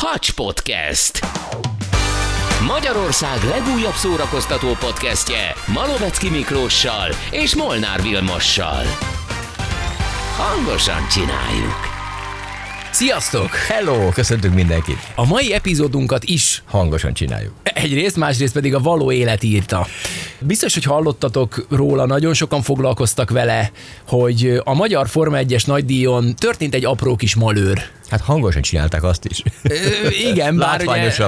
Hacs Podcast. Magyarország legújabb szórakoztató podcastje Malovecki Miklóssal és Molnár Vilmossal. Hangosan csináljuk. Sziasztok! Hello! Köszöntünk mindenkit! A mai epizódunkat is hangosan csináljuk. Egyrészt, másrészt pedig a való élet írta. Biztos, hogy hallottatok róla, nagyon sokan foglalkoztak vele, hogy a magyar Forma 1-es nagydíjon történt egy apró kis malőr. Hát hangosan csinálták azt is. Igen, bár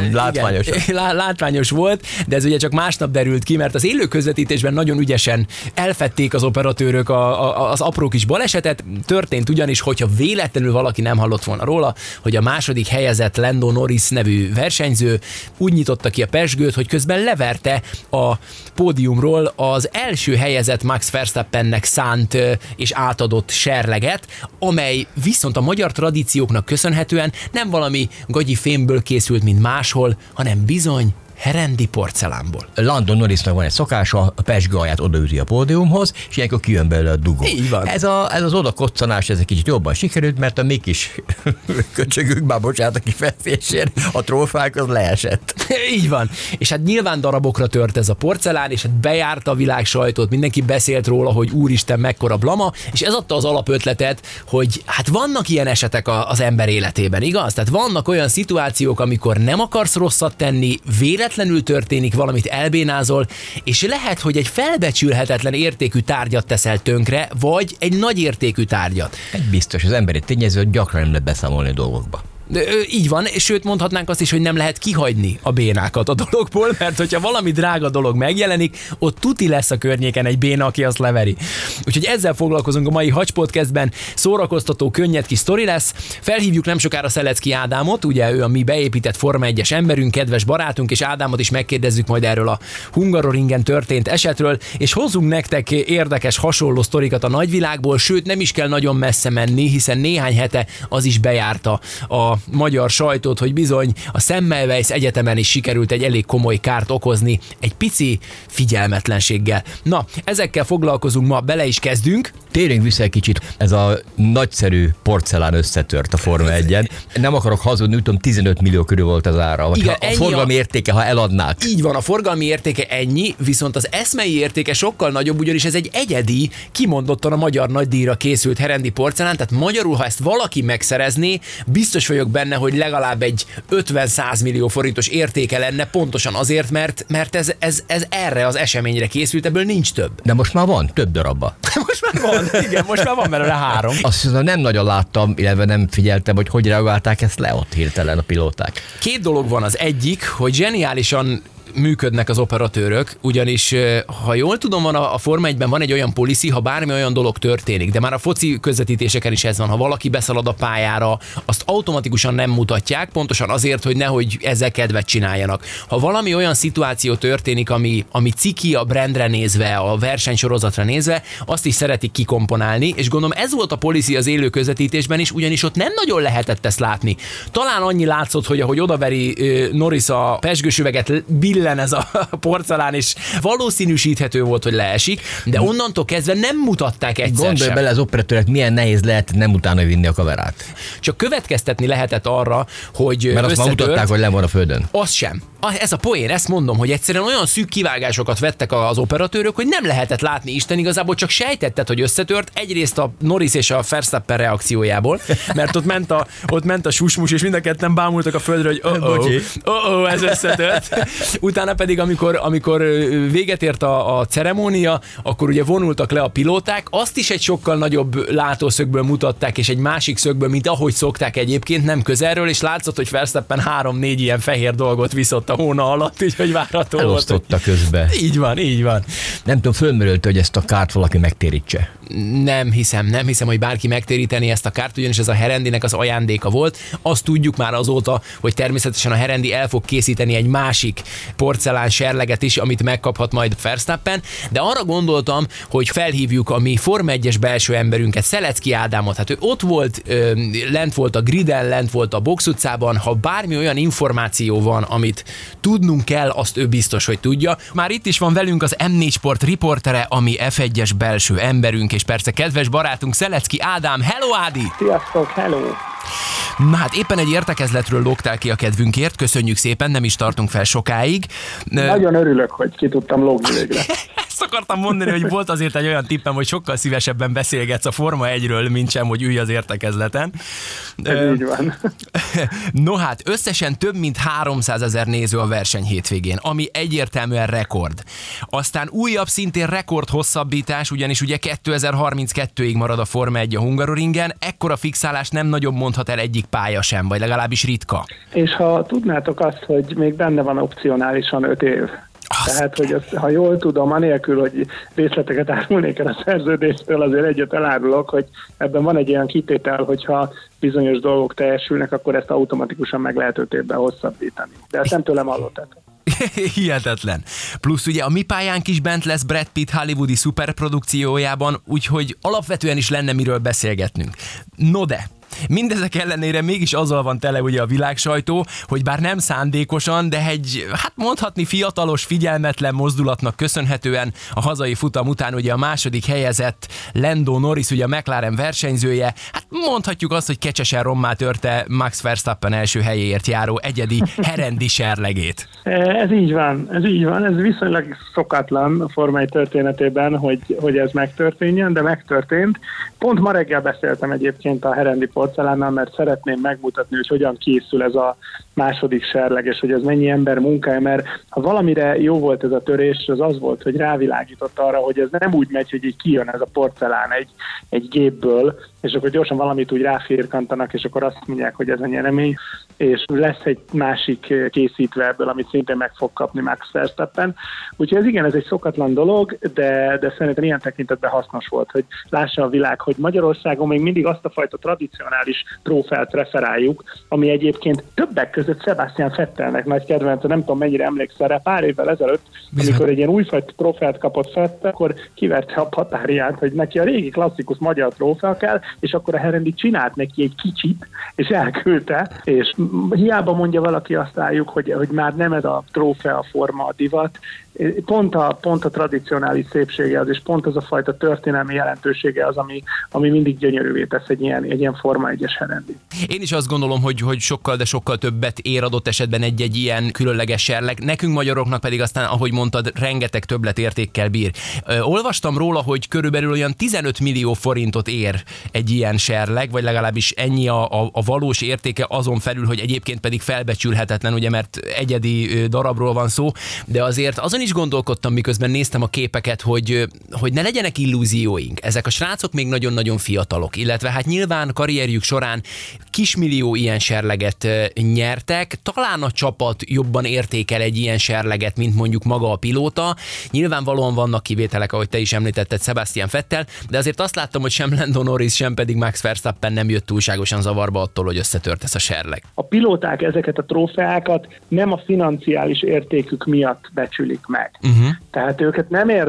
látványos volt, de ez ugye csak másnap derült ki, mert az élő közvetítésben nagyon ügyesen elfedték az operatőrök az apró kis balesetet. Történt ugyanis, hogyha véletlenül valaki nem hallott volna róla, hogy a második helyezett Lando Norris nevű versenyző úgy nyitotta ki a pezsgőt, hogy közben leverte a pódiumról az első helyezett Max Verstappennek szánt és átadott serleget, amely viszont a magyar tradícióknak köszönhetően nem valami gagyi fémből készült, mint máshol, hanem bizony herendi porcelánból. Lando Norrisnak van egy szokása, a pezsgő alját odaüti a pódiumhoz, és ilyenkor kijön belőle a dugó. Így van. Ez az odakoccanás, ez egy kicsit jobban sikerült, mert a mi kis köcsögünk, már bocsánat a kifejezésért, a trófák az leesett. Így van. És hát nyilván darabokra tört ez a porcelán, és hát bejárta a világ sajtót, mindenki beszélt róla, hogy úristen, mekkora blama, és ez adta az alapötletet, hogy hát vannak ilyen esetek az ember életében, igaz? Tehát vannak olyan szituációk, amikor nem akarsz rosszat tenni, véletlenül történik, valamit elbénázol, és lehet, hogy egy felbecsülhetetlen értékű tárgyat teszel tönkre, vagy egy nagy értékű tárgyat. Egy biztos, az emberi tényező, hogy gyakran nem lehet beszámolni a dolgokba. Így van, és sőt mondhatnánk azt is, hogy nem lehet kihagyni a bénákat a dologból, mert hogyha valami drága dolog megjelenik, ott tuti lesz a környéken egy béna, aki azt leveri. Úgyhogy ezzel foglalkozunk a mai Hacs Podcastben, szórakoztató, könnyed kis sztori lesz. Felhívjuk nem sokára Szelecki Ádámot, ugye ő a mi beépített Forma 1-es emberünk, kedves barátunk, és Ádámot is megkérdezzük majd erről a Hungaroringen történt esetről, és hozzunk nektek érdekes, hasonló sztorikat a nagyvilágból, sőt nem is kell nagyon messze menni, hiszen néhány hete az is bejárta a magyar sajtót, hogy bizony a Semmelweis Egyetemen is sikerült egy elég komoly kárt okozni egy pici figyelmetlenséggel. Na, ezekkel foglalkozunk ma, bele is kezdünk. Térjünk vissza egy kicsit, ez a nagyszerű porcelán összetört a Forma 1-en. Nem akarok hazudni, úgy tudom, 15 millió körül volt az ára. Igen, a forgalmi értéke, ha eladnák. Így van, a forgalmi értéke ennyi, viszont az eszmei értéke sokkal nagyobb, ugyanis ez egy egyedi, kimondottan a magyar nagydíjra készült herendi porcelán, tehát magyarul, ha ezt valaki megszerezné, biztos vagyok benne, hogy legalább egy 50-100 millió forintos értéke lenne, pontosan azért, mert ez erre az eseményre készült, ebből nincs több. De most már van, több darabba. Most már van, igen, most már van belőle 3. Azt hiszem, nem nagyon láttam, illetve nem figyeltem, hogy reagálták ezt le ott hirtelen a pilóták. 2 dolog van, az egyik, hogy zseniálisan működnek az operatőrök, ugyanis ha jól tudom, van a Forma 1-ben van egy olyan policy, ha bármi olyan dolog történik, de már a foci közvetítéseken is ez van, ha valaki beszalad a pályára, azt automatikusan nem mutatják, pontosan azért, hogy nehogy ezzel kedvet csináljanak. Ha valami olyan szituáció történik, ami ciki a brandre nézve, a versenysorozatra nézve, azt is szeretik kikomponálni, és gondolom ez volt a policy az élő közvetítésben is, ugyanis ott nem nagyon lehetett ezt látni. Talán annyi látszott, hogy ahogy odaveri Norris a pezsgősüveget, billen ez a porcelán, és valószínűsíthető volt, hogy leesik, de onnantól kezdve nem mutatták egyszer Gondolj sem. bele az operatőrnek, milyen nehéz lehet nem utána vinni a kamerát. Csak következtetni lehetett arra, hogy mert azt már mutatták, hogy nem van a földön. Az sem. Ez a poén, ezt mondom, hogy egyszerűen olyan szűk kivágásokat vettek az operatőrök, hogy nem lehetett látni Isten, igazából csak sejtetted, hogy összetört, egyrészt a Norris és a Verstappen reakciójából, mert ott ment a susmus, és mind a ketten bámultak a földre, hogy ez összetört. Utána pedig, amikor véget ért a ceremónia, akkor ugye vonultak le a pilóták, azt is egy sokkal nagyobb látószögből mutatták, és egy másik szögből, mint ahogy szokták egyébként, nem közelről, és látszott, hogy Verstappen 3-4 ilyen fehér dolgot viszont a hóna alatt, úgyhogy várható volt. Elosztotta közbe. Így van. Nem tudom, fölmerült, hogy ezt a kárt valaki megtérítse. Nem hiszem, hogy bárki megtéríteni ezt a kárt, ugyanis ez a Herendinek az ajándéka volt. Azt tudjuk már azóta, hogy természetesen a Herendi el fog készíteni egy másik porcelán serleget is, amit megkaphat majd Verstappen, de arra gondoltam, hogy felhívjuk a mi Forma 1-es belső emberünket, Szelecki Ádámot. Hát ő ott volt, lent volt a griden, lent volt a box utcában, ha bármi olyan információ van, amit tudnunk kell, azt ő biztos, hogy tudja. Már itt is van velünk az M4 Sport riportere, ami F1-es belső emberünk, és és persze kedves barátunk Szelecki Ádám. Hello, Ádi! Sziasztok, hello! Na hát éppen egy értekezletről lógtál ki a kedvünkért, köszönjük szépen, nem is tartunk fel sokáig. Nagyon örülök, hogy ki tudtam lógni végre. Ezt akartam mondani, hogy volt azért egy olyan tippem, hogy sokkal szívesebben beszélgetsz a Forma 1-ről, mint sem, hogy ülj az értekezleten. Így van. No hát, összesen több mint 300 000 néző a verseny hétvégén, ami egyértelműen rekord. Aztán újabb, szintén rekord hosszabbítás, ugyanis ugye 2032-ig marad a Forma 1 a Hungaroringen, ekkora fixálás nem nagyon mondhat el egyik pálya sem, vagy legalábbis ritka. És ha tudnátok azt, hogy még benne van opcionálisan 5 év. Tehát, hogy azt, ha jól tudom, anélkül, hogy részleteket árulnék el a szerződéstől, azért egyet elárulok, hogy ebben van egy ilyen kitétel, hogyha bizonyos dolgok teljesülnek, akkor ezt automatikusan meg lehet 5 évben hosszabbítani. De ezt nem tőlem hallottátok. Hihetetlen. Plusz ugye a mi pályánk is bent lesz Brad Pitt hollywoodi szuperprodukciójában, úgyhogy alapvetően is lenne miről beszélgetnünk. No de, mindezek ellenére mégis azzal van tele ugye a világsajtó, hogy bár nem szándékosan, de egy, hát mondhatni fiatalos, figyelmetlen mozdulatnak köszönhetően a hazai futam után ugye a második helyezett Lando Norris, ugye a McLaren versenyzője, hát mondhatjuk azt, hogy kecsesen rommá törte Max Verstappen első helyéért járó egyedi herendi serlegét. Ez így van, ez viszonylag szokatlan a Forma 1 történetében, hogy ez megtörténjen, de megtörtént. Pont ma reggel beszéltem egyébként a herendi porcelánnal, mert szeretném megmutatni, hogy hogyan készül ez a második serleg, és hogy ez mennyi ember munkája, mert ha valamire jó volt ez a törés, az volt, hogy rávilágított arra, hogy ez nem úgy megy, hogy így kijön ez a porcelán egy gépből, és akkor gyorsan valamit úgy ráfirkantanak, és akkor azt mondják, hogy ez a nyeremény, és lesz egy másik készítve ebből, amit szintén meg fog kapni Max Verstappen. Úgyhogy ez igen, ez egy szokatlan dolog, de szerintem ilyen tekintetben hasznos volt, hogy lássa a világ, hogy Magyarországon még mindig azt a fajta tradicionális trófeát referáljuk, ami egyébként többek között Sebastian Vettelnek nagy kedvence, nem tudom mennyire emlékszel rá, pár évvel ezelőtt, amikor egy ilyen újfajta trófeát kapott Vettel, akkor kiverte a patáriát, hogy neki a régi klasszikus magyar trófea kell, és akkor a herendi csinált neki egy kicsit, és elküldte, és hiába mondja valaki azt rájuk, hogy már nem ez a trófea forma a divat, pont a tradicionális szépsége az, és pont az a fajta történelmi jelentősége az, ami mindig gyönyörűvé tesz egy ilyen Forma 1-es herendi. Én is azt gondolom, hogy sokkal, de sokkal többet ér adott esetben egy ilyen különleges serleg. Nekünk magyaroknak pedig aztán, ahogy mondtad, rengeteg többletértékkel bír. Olvastam róla, hogy körülbelül olyan 15 millió forintot ér egy ilyen serleg, vagy legalábbis ennyi a valós értéke, azon felül, hogy egyébként pedig felbecsülhetetlen, ugye, mert egyedi darabról van szó, de azért azon is gondolkodtam, miközben néztem a képeket, hogy ne legyenek illúzióink. Ezek a srácok még nagyon-nagyon fiatalok, illetve hát nyilván karrierjük során kismillió ilyen serleget nyertek, talán a csapat jobban értékel egy ilyen serleget, mint mondjuk maga a pilóta. Nyilvánvalóan vannak kivételek, ahogy te is említetted, Sebastian Vettel, de azért azt láttam, hogy sem Lando Norris, sem pedig Max Verstappen nem jött túlságosan zavarba attól, hogy összetört ez a serleg. A pilóták ezeket a trófeákat nem a financiális értékük miatt becsülik meg. Tehát őket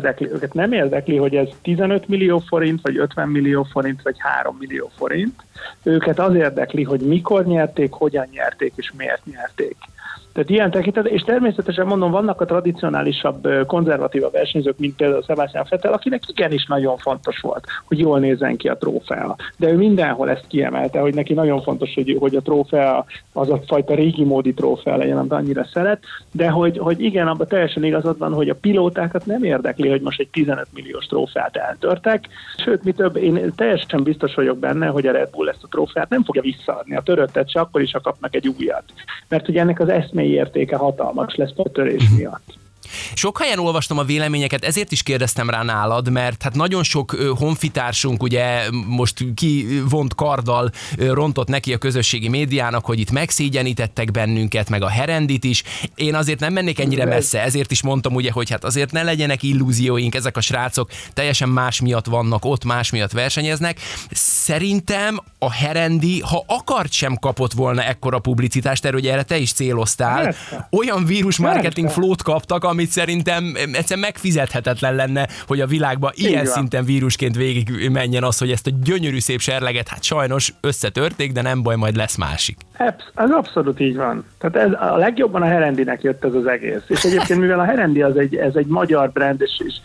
nem érdekli, hogy ez 15 millió forint, vagy 50 millió forint, vagy 3 millió forint. Őket az érdekli, hogy mikor nyerték, hogyan nyerték, és miért nyerték. Tehát ilyen tekintet, és természetesen mondom, vannak a tradicionálisabb, konzervatívabb versenyzők, mint például Sebastian Vettel, akinek igenis nagyon fontos volt, hogy jól nézzen ki a trófea. De ő mindenhol ezt kiemelte, hogy neki nagyon fontos, hogy a trófea az a fajta régi módi trófea legyen, amit annyira szeret, de hogy igen, abban teljesen igazad van, hogy a pilótákat nem érdekli, hogy most egy 15 milliós trófeát eltörtek, sőt, mi több, én teljesen biztos vagyok benne, hogy a Red Bull ezt a trófeát nem fogja visszaadni, a töröttet se, akkor is, ha kapnak egy újat. Mert ugye ennek az eszmei értéke hatalmas lesz a törés miatt. Sok helyen olvastam a véleményeket, ezért is kérdeztem rá nálad, mert hát nagyon sok honfitársunk ugye most kivont karddal rontott neki a közösségi médiának, hogy itt megszégyenítettek bennünket, meg a herendit is. Én azért nem mennék ennyire messze, ezért is mondtam ugye, hogy hát azért ne legyenek illúzióink, ezek a srácok teljesen más miatt vannak ott, más miatt versenyeznek. Szerintem a herendi, ha akart, sem kapott volna ekkora publicitást, erről erre te is céloztál. Olyan vírusmarketing flót kaptak, amit szerintem egyszerűen megfizethetetlen lenne, hogy a világban ilyen szinten vírusként végig menjen az, hogy ezt a gyönyörű szép serleget, hát sajnos összetörték, de nem baj, majd lesz másik. Az abszolút így van. Tehát ez, a legjobban a Herendinek jött ez az egész. És egyébként, mivel a Herendi ez egy magyar brand,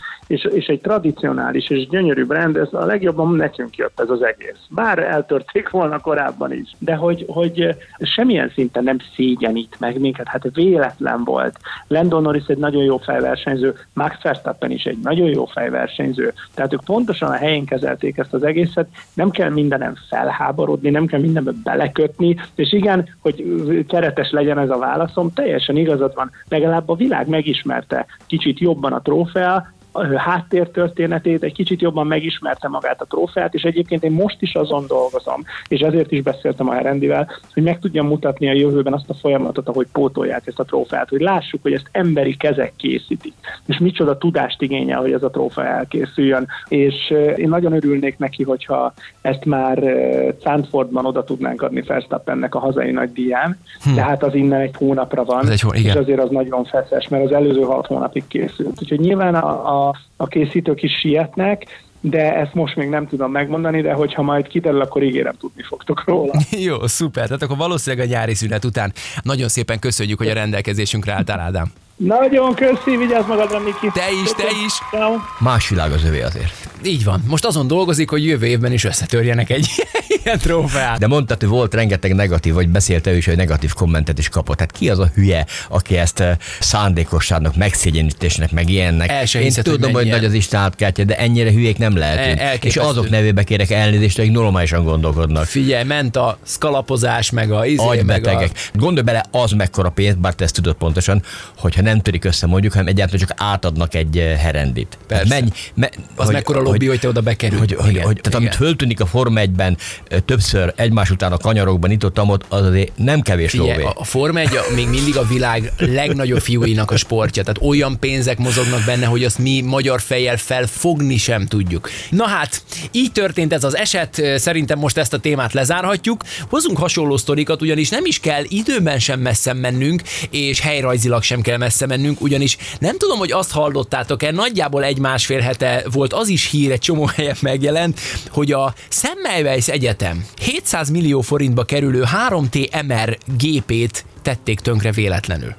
és egy tradicionális és gyönyörű brand, ez a legjobban nekünk jött ez az egész. Bár eltörték volna korábban is. De hogy semmilyen szinten nem szégyenít meg minket, hát véletlen volt. Lando Norris egy nagyon jó fejversenyző, Max Verstappen is egy nagyon jó fejversenyző. Tehát ők pontosan a helyén kezelték ezt az egészet, nem kell mindenem felháborodni, nem kell mindenbe belekötni, és igen, hogy keretes legyen ez a válaszom, teljesen igazad van, legalább a világ megismerte kicsit jobban a trófea, háttértörténetét, egy kicsit jobban megismerte magát a trófeát, és egyébként én most is azon dolgozom, és ezért is beszéltem a Herendivel, hogy meg tudjam mutatni a jövőben azt a folyamatot, ahogy pótolják ezt a trófeát, hogy lássuk, hogy ezt emberi kezek készítik, és micsoda tudást igényel, hogy ez a trófea elkészüljön, és én nagyon örülnék neki, hogyha ezt már Zandvoortban oda tudnánk adni Verstappennek a hazai nagy díján, tehát az innen egy hónapra van, és azért az nagyon feszes, mert az előző 6 hónapig készült. Úgyhogy nyilván a készítők is sietnek, de ezt most még nem tudom megmondani, de hogyha majd kiderül, akkor ígérem, tudni fogtok róla. Jó, szuper. Tehát akkor valószínűleg a nyári szünet után nagyon szépen köszönjük, hogy a rendelkezésünkre álltál, Ádám. Nagyon köszi, vigyázz magadra, Miki. Te is. Ciao. Más világ az övé azért. Így van. Most azon dolgozik, hogy jövő évben is összetörjenek egy ilyen trófeát. De mondtad, hogy volt rengeteg negatív, vagy beszélte ő is, hogy negatív kommentet is kapott. Tehát ki az a hülye, aki ezt szándékosságnak, megszégyenítésnek, meg ilyennek? Én tudom, hogy nagy az Isten átkártya, de ennyire hülyék nem lehetünk. És azok nevébe kérek elnézést, akik normálisan gondolkodnak. Figyelj, ment a szkalapozás, meg a agybetegek. Gondolj bele, az mekkora pénz, bár te ezt tudod pontosan, hogyha nem törik össze mondjuk, hanem egyáltalán csak átadnak egy Herendit. Persze. Az mekkora lobby, hogy te oda bekerül. Tehát amit föltűnik a Forma 1-ben többször egymás után a kanyarokban nyitottam, ott az azért nem kevés lóvé. A Forma 1 még mindig a világ legnagyobb fiúinak a sportja. Tehát olyan pénzek mozognak benne, hogy azt mi magyar fejjel felfogni sem tudjuk. Na hát, így történt ez az eset. Szerintem most ezt a témát lezárhatjuk. Hozunk hasonló sztorikat, ugyanis nem is kell időben sem messze mennünk, és helyrajzilag sem kell messze mennünk, ugyanis nem tudom, hogy azt hallottátok-e, nagyjából 1-1,5 hete volt az is hír, egy csomó helyen megjelent, hogy a Semmelweis Egyetem 700 millió forintba kerülő 3T MR gépét tették tönkre véletlenül.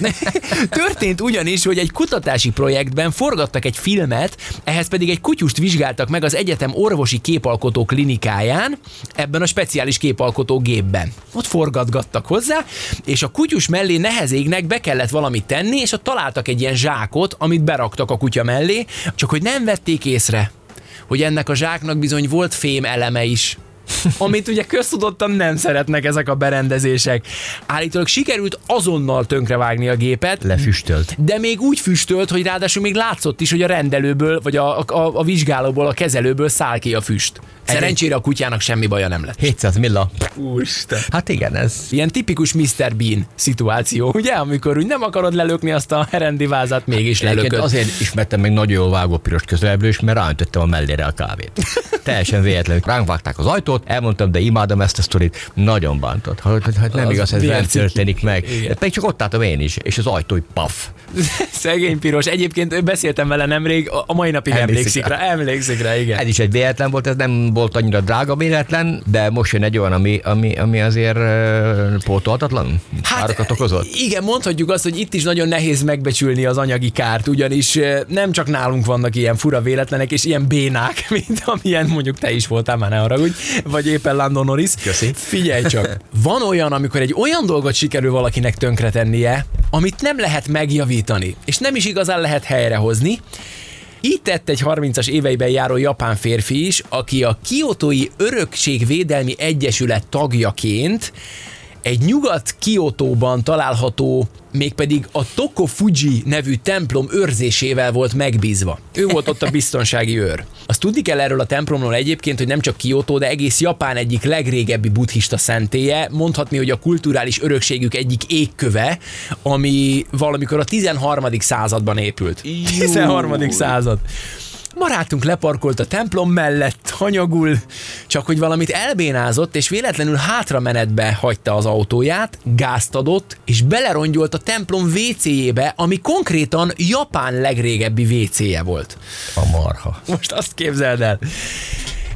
Történt ugyanis, hogy egy kutatási projektben forgattak egy filmet, ehhez pedig egy kutyust vizsgáltak meg az egyetem orvosi képalkotó klinikáján, ebben a speciális képalkotó gépben. Ott forgatgattak hozzá, és a kutyus mellé nehezégnek be kellett valamit tenni, és ott találtak egy ilyen zsákot, amit beraktak a kutya mellé, csak hogy nem vették észre, hogy ennek a zsáknak bizony volt fém eleme is, amit ugye köztudottan nem szeretnek ezek a berendezések. Állítólag sikerült azonnal tönkrevágni a gépet. Lefüstölt. De még úgy füstölt, hogy ráadásul még látszott is, hogy a rendelőből, vagy a vizsgálóból, a kezelőből száll ki a füst. Szerencsére a kutyának semmi baja nem lett. 700 milla. Úristen. Hát igen, ez... Ilyen tipikus Mr. Bean szituáció, ugye? Amikor úgy nem akarod lelökni azt a Herendi vázat, mégis lelököd. Azért ismertem meg nagyon jól vágó piros közelebbről is, mert ráöntöttem a mellére a kávét. Teljesen véletlenül. Ránk vágták az ajtót, elmondtam, de imádom ezt a sztorit. Nagyon bántott. Hát nem igaz, hogy ez történik meg. Pedig csak ott álltam én is, és az ajtó paf. Szegény piros. Egyébként beszéltem vele nemrég, a mai napig emlékszik rá, igen. Ez is egy véletlen volt, ez nem volt annyira drága véletlen, de most jön egy olyan, ami azért pótolhatatlan árakat okozott. Igen, mondhatjuk azt, hogy itt is nagyon nehéz megbecsülni az anyagi kárt, ugyanis nem csak nálunk vannak ilyen fura véletlenek és ilyen bénák, mint amilyen mondjuk te is voltál, már ne haragudj, vagy éppen Lando Norris. Köszi. Figyelj csak, van olyan, amikor egy olyan dolgot sikerül valakinek tönkretennie, amit nem lehet megjavítani, és nem is igazán lehet helyrehozni. Így tett egy 30-as éveiben járó japán férfi is, aki a Kiotói Örökségvédelmi Egyesület tagjaként egy Nyugat-Kiotóban található, mégpedig a Tokofuji nevű templom őrzésével volt megbízva. Ő volt ott a biztonsági őr. Azt tudni kell erről a templomról egyébként, hogy nem csak Kiotó, de egész Japán egyik legrégebbi buddhista szentélye, mondhatni, hogy a kulturális örökségük egyik égköve, ami valamikor a 13. században épült. 13. század. Barátunk leparkolt a templom mellett, hanyagul, csak hogy valamit elbénázott, és véletlenül hátramenetbe hagyta az autóját, gázt adott, és belerongyolt a templom WC-jébe, ami konkrétan Japán legrégebbi WC-je volt. A marha. Most azt képzeld el.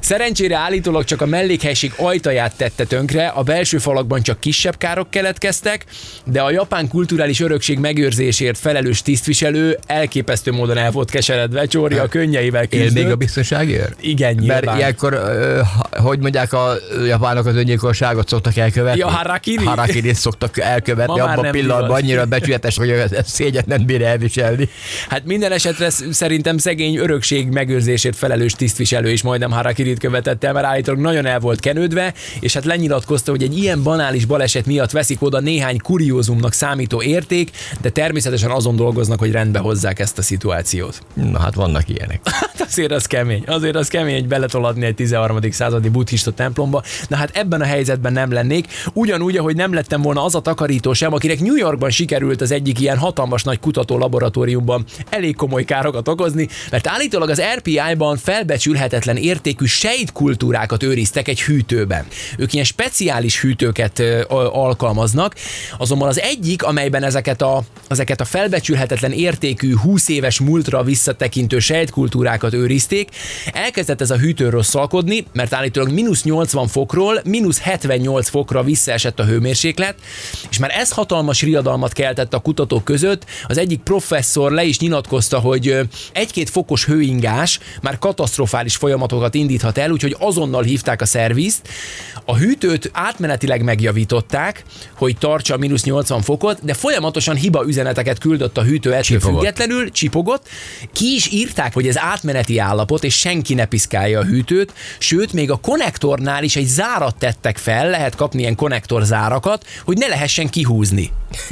Szerencsére állítólag csak a mellékhelység ajtaját tette tönkre, a belső falakban csak kisebb károk keletkeztek, de a japán kulturális örökség megőrzésért felelős tisztviselő elképesztő módon el volt keseredve, Csóri a könnyeivel küzdött. Él még a biztonságért? Igen, nyilván. Mert ilyenkor, hogy mondják, a japánok az öngyilkosságot szoktak elkövetni? Ja, harakiri. Harakirit szoktak elkövetni abban a pillanatban, annyira becsületes, hogy ez szégyet nem bír elviselni. Hát minden esetre szerintem szegény örökség megőrzésért felelős tisztviselő is majdnem harakirit követett el, mert állítólag nagyon el volt kenődve, és hát lenyilatkozta, hogy egy ilyen banális baleset miatt veszik oda néhány kuriózumnak számító érték, de természetesen azon dolgoznak, hogy rendbe hozzák ezt a szituációt. Na hát vannak ilyenek. Hát azért az kemény, hogy beletoladni egy 13. századi buddhista templomba. Na hát ebben a helyzetben nem lennék, ugyanúgy, ahogy nem lettem volna az a takarító sem, akinek New Yorkban sikerült az egyik ilyen hatalmas nagy kutató laboratóriumban elég komoly károkat okozni, mert állítólag az RPI-ban felbecsülhetetlen értékű sejtkultúrákat őriztek egy hűtőben. Ők ilyen speciális hűtőket alkalmaznak, azonban az egyik, amelyben ezeket a felbecsülhetetlen értékű 20 éves múltra visszatekintő sejtkultúrákat őrizték, elkezdett ez a hűtő rosszalkodni, mert állítólag -80 fokról -78 fokra visszaesett a hőmérséklet, és már ez hatalmas riadalmat keltett a kutatók között. Az egyik professzor le is nyilatkozta, hogy 1-2 fokos hőingás már katasztrofális folyamatokat indíthat el, úgyhogy azonnal hívták a szervizt. A hűtőt átmenetileg megjavították, hogy tartsa a -80 fokot, de folyamatosan hiba üzeneteket küldött a hűtő ettől függetlenül, csipogott. Ki is írták, hogy ez átmeneti állapot, és senki ne piszkálja a hűtőt, sőt, még a konnektornál is egy zárat tettek fel, lehet kapni ilyen konnektorzárakat, hogy ne lehessen kihúzni.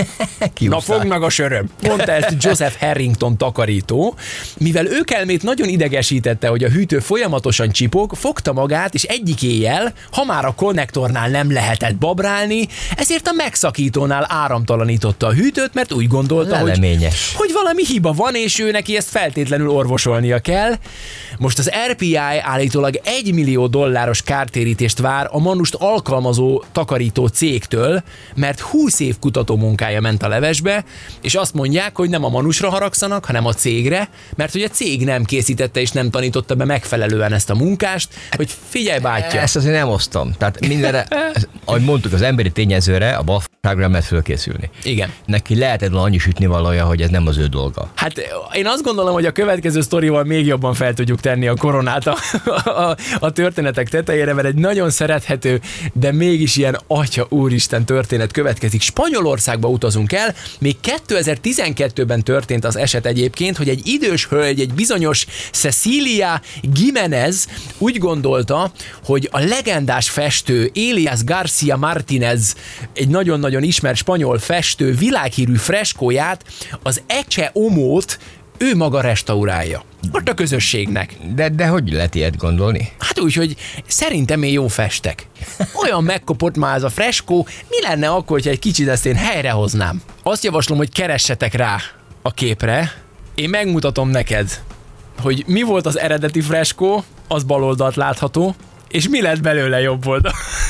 Na fogd meg a söröm, mondta ezt Joseph Harrington takarító. Mivel őkelmét nagyon idegesítette, hogy a hűtő folyamatosan csipog, fogta magát, és egyik éjjel, ha már a konnektornál nem lehetett babrálni, ezért a megszakítónál áramtalanította a hűtőt, mert úgy gondolta, hogy valami hiba van, és ő neki ezt feltétlenül orvosolnia kell. Most az RPI állítólag $1 millió kártérítést vár a manust alkalmazó takarító cégtől, mert 20 év kutató munkája ment a levesbe, és azt mondják, hogy nem a manusra haragszanak, hanem a cégre, mert hogy a cég nem készítette és nem tanította be megfelelően ezt a munkást, hogy figyelj bátya. Ezt azért nem osztom. Tehát mindenre, ahogy mondtuk, az emberi tényezőre, a balfágra nem lehet fölkészülni. Igen. Neki lehetetlen annyi sütni valója, hogy ez nem az ő dolga. Hát én azt gondolom, hogy a következő sztorival még jobban fel tudjuk tenni a koronát a történetek tetejére, mert egy nagyon szerethető, de mégis ilyen atya úristen történet következik. Spanyolországba utazunk el, még 2012-ben történt az eset egyébként, hogy egy idős hölgy, egy bizonyos Cecilia Giménez úgy gondolta, hogy a legendás festő Elias García Martínez, egy nagyon-nagyon ismert spanyol festő világhírű freskóját, az Eche Homót ő maga restaurálja. Ott a közösségnek. De hogy lehet ilyet gondolni? Hát úgy, hogy szerintem én jó festek. Olyan megkopott már ez a freskó, mi lenne akkor, hogyha egy kicsit ezt én helyrehoznám? Azt javaslom, hogy keressetek rá a képre. Én megmutatom neked, hogy mi volt az eredeti freskó, az bal oldalt látható, és mi lett belőle jobb oldal.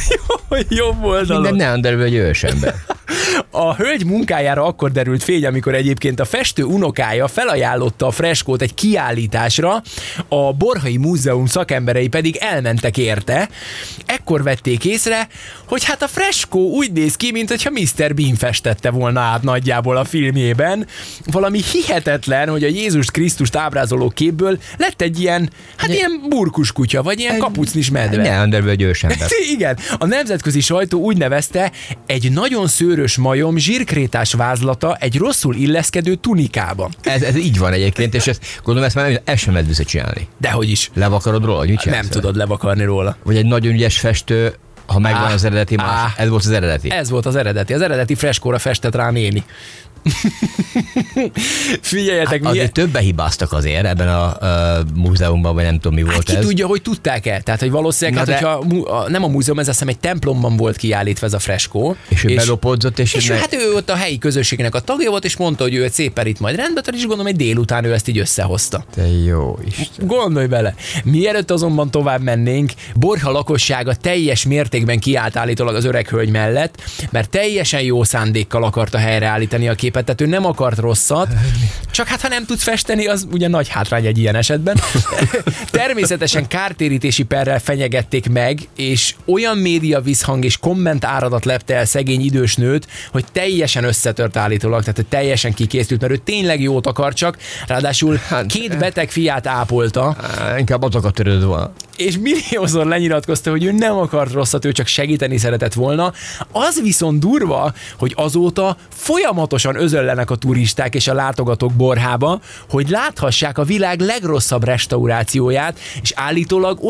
Jobb oldalon. Minden neandervő egy ős ember. A hölgy munkájára akkor derült fény, amikor egyébként a festő unokája felajánlotta a freskót egy kiállításra, a Borhai Múzeum szakemberei pedig elmentek érte. Ekkor vették észre, hogy hát a freskó úgy néz ki, mintha Mr. Bean festette volna át nagyjából a filmjében. Valami hihetetlen, hogy a Jézus Krisztust ábrázoló képből lett egy ilyen, ilyen burkus kutya, vagy ilyen kapucnis medve. Neandervő egy ős ember. Igen, a nemzetközi sajtó úgy nevezte, egy nagyon szőrös majom zsírkrétás vázlata egy rosszul illeszkedő tunikában. Ez így van egyébként, és gondolom ezt már ezt sem lehet visszacsinálni. Dehogy is. Levakarod róla, hogy nem tudod levakarni róla. Vagy egy nagyon ügyes festő, ha megvan az eredeti, ez volt az eredeti. Ez volt az eredeti. Az eredeti freskóra festett rá néni. Figyeljetek, milyen... Azért többen hibáztak azért ebben a múzeumban, vagy nem tudom mi volt ki tudja, hogy tudták el. Tehát, hogy valószínűleg, hogyha nem a múzeum, ez azt hiszem egy templomban volt kiállítva ez a freskó. És ő belopódzott, és hát ő ott a helyi közösségnek a tagja volt, és mondta, hogy ő egy szépen itt majd rendbe tar, és gondolom, hogy délután ő ezt így összehozta. Te jó Isten. Gondolj bele. Mielőtt azonban tovább mennénk, Borja lakossága teljes mértékben kiállt állítólag az öreg hölgy mellett, mert teljesen jó szándékkal akarta helyreállítani a képet, tehát ő nem akart rosszat. Csak hát, ha nem tudsz festeni, az ugye nagy hátrány egy ilyen esetben. Természetesen kártérítési perrel fenyegették meg, és olyan média visszhang és komment áradat lepte el szegény idős nőt, hogy teljesen összetört állítólag, tehát hogy teljesen kikészült, mert ő tényleg jót akar csak, ráadásul 2 beteg fiát ápolta. Inkább azokat törődve van. És milliószor lenyilatkozta, hogy ő nem akart rosszat, ő csak segíteni szeretett volna. Az viszont durva, hogy azóta folyamatosan özöllenek a turisták és a látogatók Borhába, hogy láthassák a világ legrosszabb restaurációját, és állítólag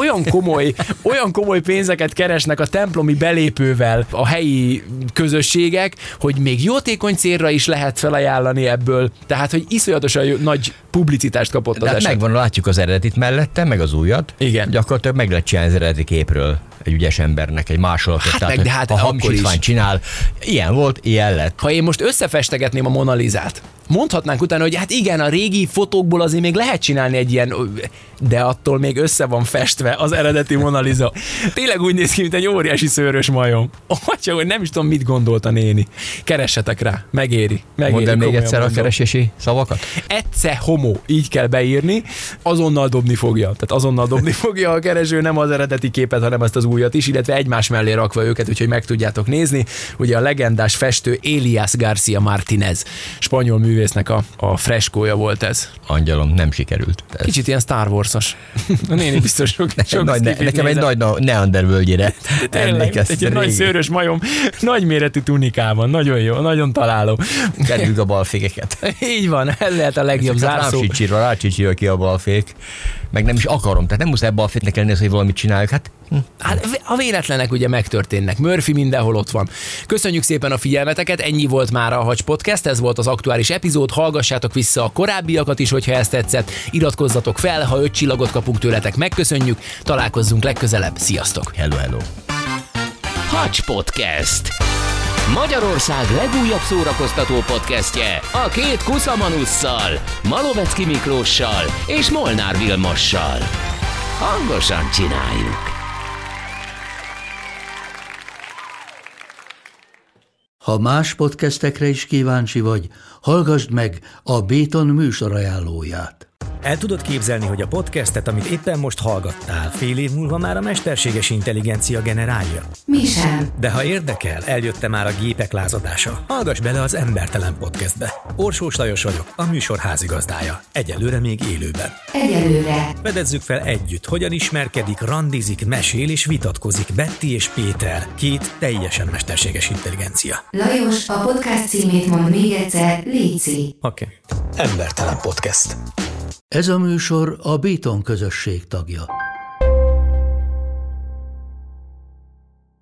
olyan komoly pénzeket keresnek a templomi belépővel a helyi közösségek, hogy még jótékony célra is lehet felajánlani ebből. Tehát, hogy iszonyatosan nagy publicitást kapott az eset. Megvan, látjuk az eredetit mellette, meg az újat. Igen. Gyakorlatilag meg lehet csinálni az eredeti képről egy ügyes embernek egy másolatot. Hát tehát, meg, de hát ha hamisítványt csinál, ilyen volt, ilyen lett. Ha én most összefestegetném a Mona Lisát, mondhatnánk utána, hogy hát igen, a régi fotókból azért még lehet csinálni egy ilyen, de attól még össze van festve az eredeti Mona Lisa. Tényleg úgy néz ki, mint egy óriási szőrös majom. Csak hogy nem is tudom, mit gondolt a néni. Keressetek rá, megéri. Mondd el még egyszer a keresési szavakat. Ecce homo, így kell beírni, azonnal dobni fogja. Tehát azonnal dobni fogja a kereső, nem az eredeti képet, hanem ezt az újat is, illetve egymás mellé rakva őket, úgyhogy meg tudjátok nézni. Ugye a legendás festő Elias García Martínez, spanyol művésznek a freskója volt ez. Angyalom, nem sikerült. Ez. Kicsit ilyen Star Wars-os. A néni biztos sok nekem egy nagy Neander völgyére emlékeztet. Egy nagy szőrös majom, nagy méretű tunikában. Nagyon jó, nagyon találó. Kedvük a balfékeket. Így van, ez lehet a legjobb zárszó. Rácsicsiről ki a balfék. Meg nem is akarom, tehát nem muszáj balféknek lenni, hogy valamit csináljuk. Hát a véletlenek ugye megtörténnek. Murphy mindenhol ott van. Köszönjük szépen a figyelmeteket, ennyi volt már a Hacs Podcast, ez volt az aktuális epizód, hallgassátok vissza a korábbiakat is, hogyha ezt tetszett, iratkozzatok fel, ha 5 csillagot kapunk tőletek, megköszönjük, találkozzunk legközelebb, sziasztok! Hello, hello! Hacs Podcast. Magyarország legújabb szórakoztató podcastje a 2 kuszamanusszal, Malovecki Miklóssal és Molnár Vilmossal. Hangosan csináljuk! Ha más podcastekre is kíváncsi vagy, hallgassd meg a Béton műsor ajánlóját. El tudod képzelni, hogy a podcastet, amit éppen most hallgattál, fél év múlva már a mesterséges intelligencia generálja? Mi sem. De ha érdekel, eljött már a gépek lázadása. Hallgass bele az Embertelen Podcastbe. Orsós Lajos vagyok, a műsor házigazdája. Egyelőre még élőben. Egyelőre. Fedezzük fel együtt, hogyan ismerkedik, randizik, mesél és vitatkozik Betty és Péter, 2 teljesen mesterséges intelligencia. Lajos, a podcast címét mond még egyszer, léci. Oké. Embertelen Podcast. Ez a műsor a Béton közösség tagja.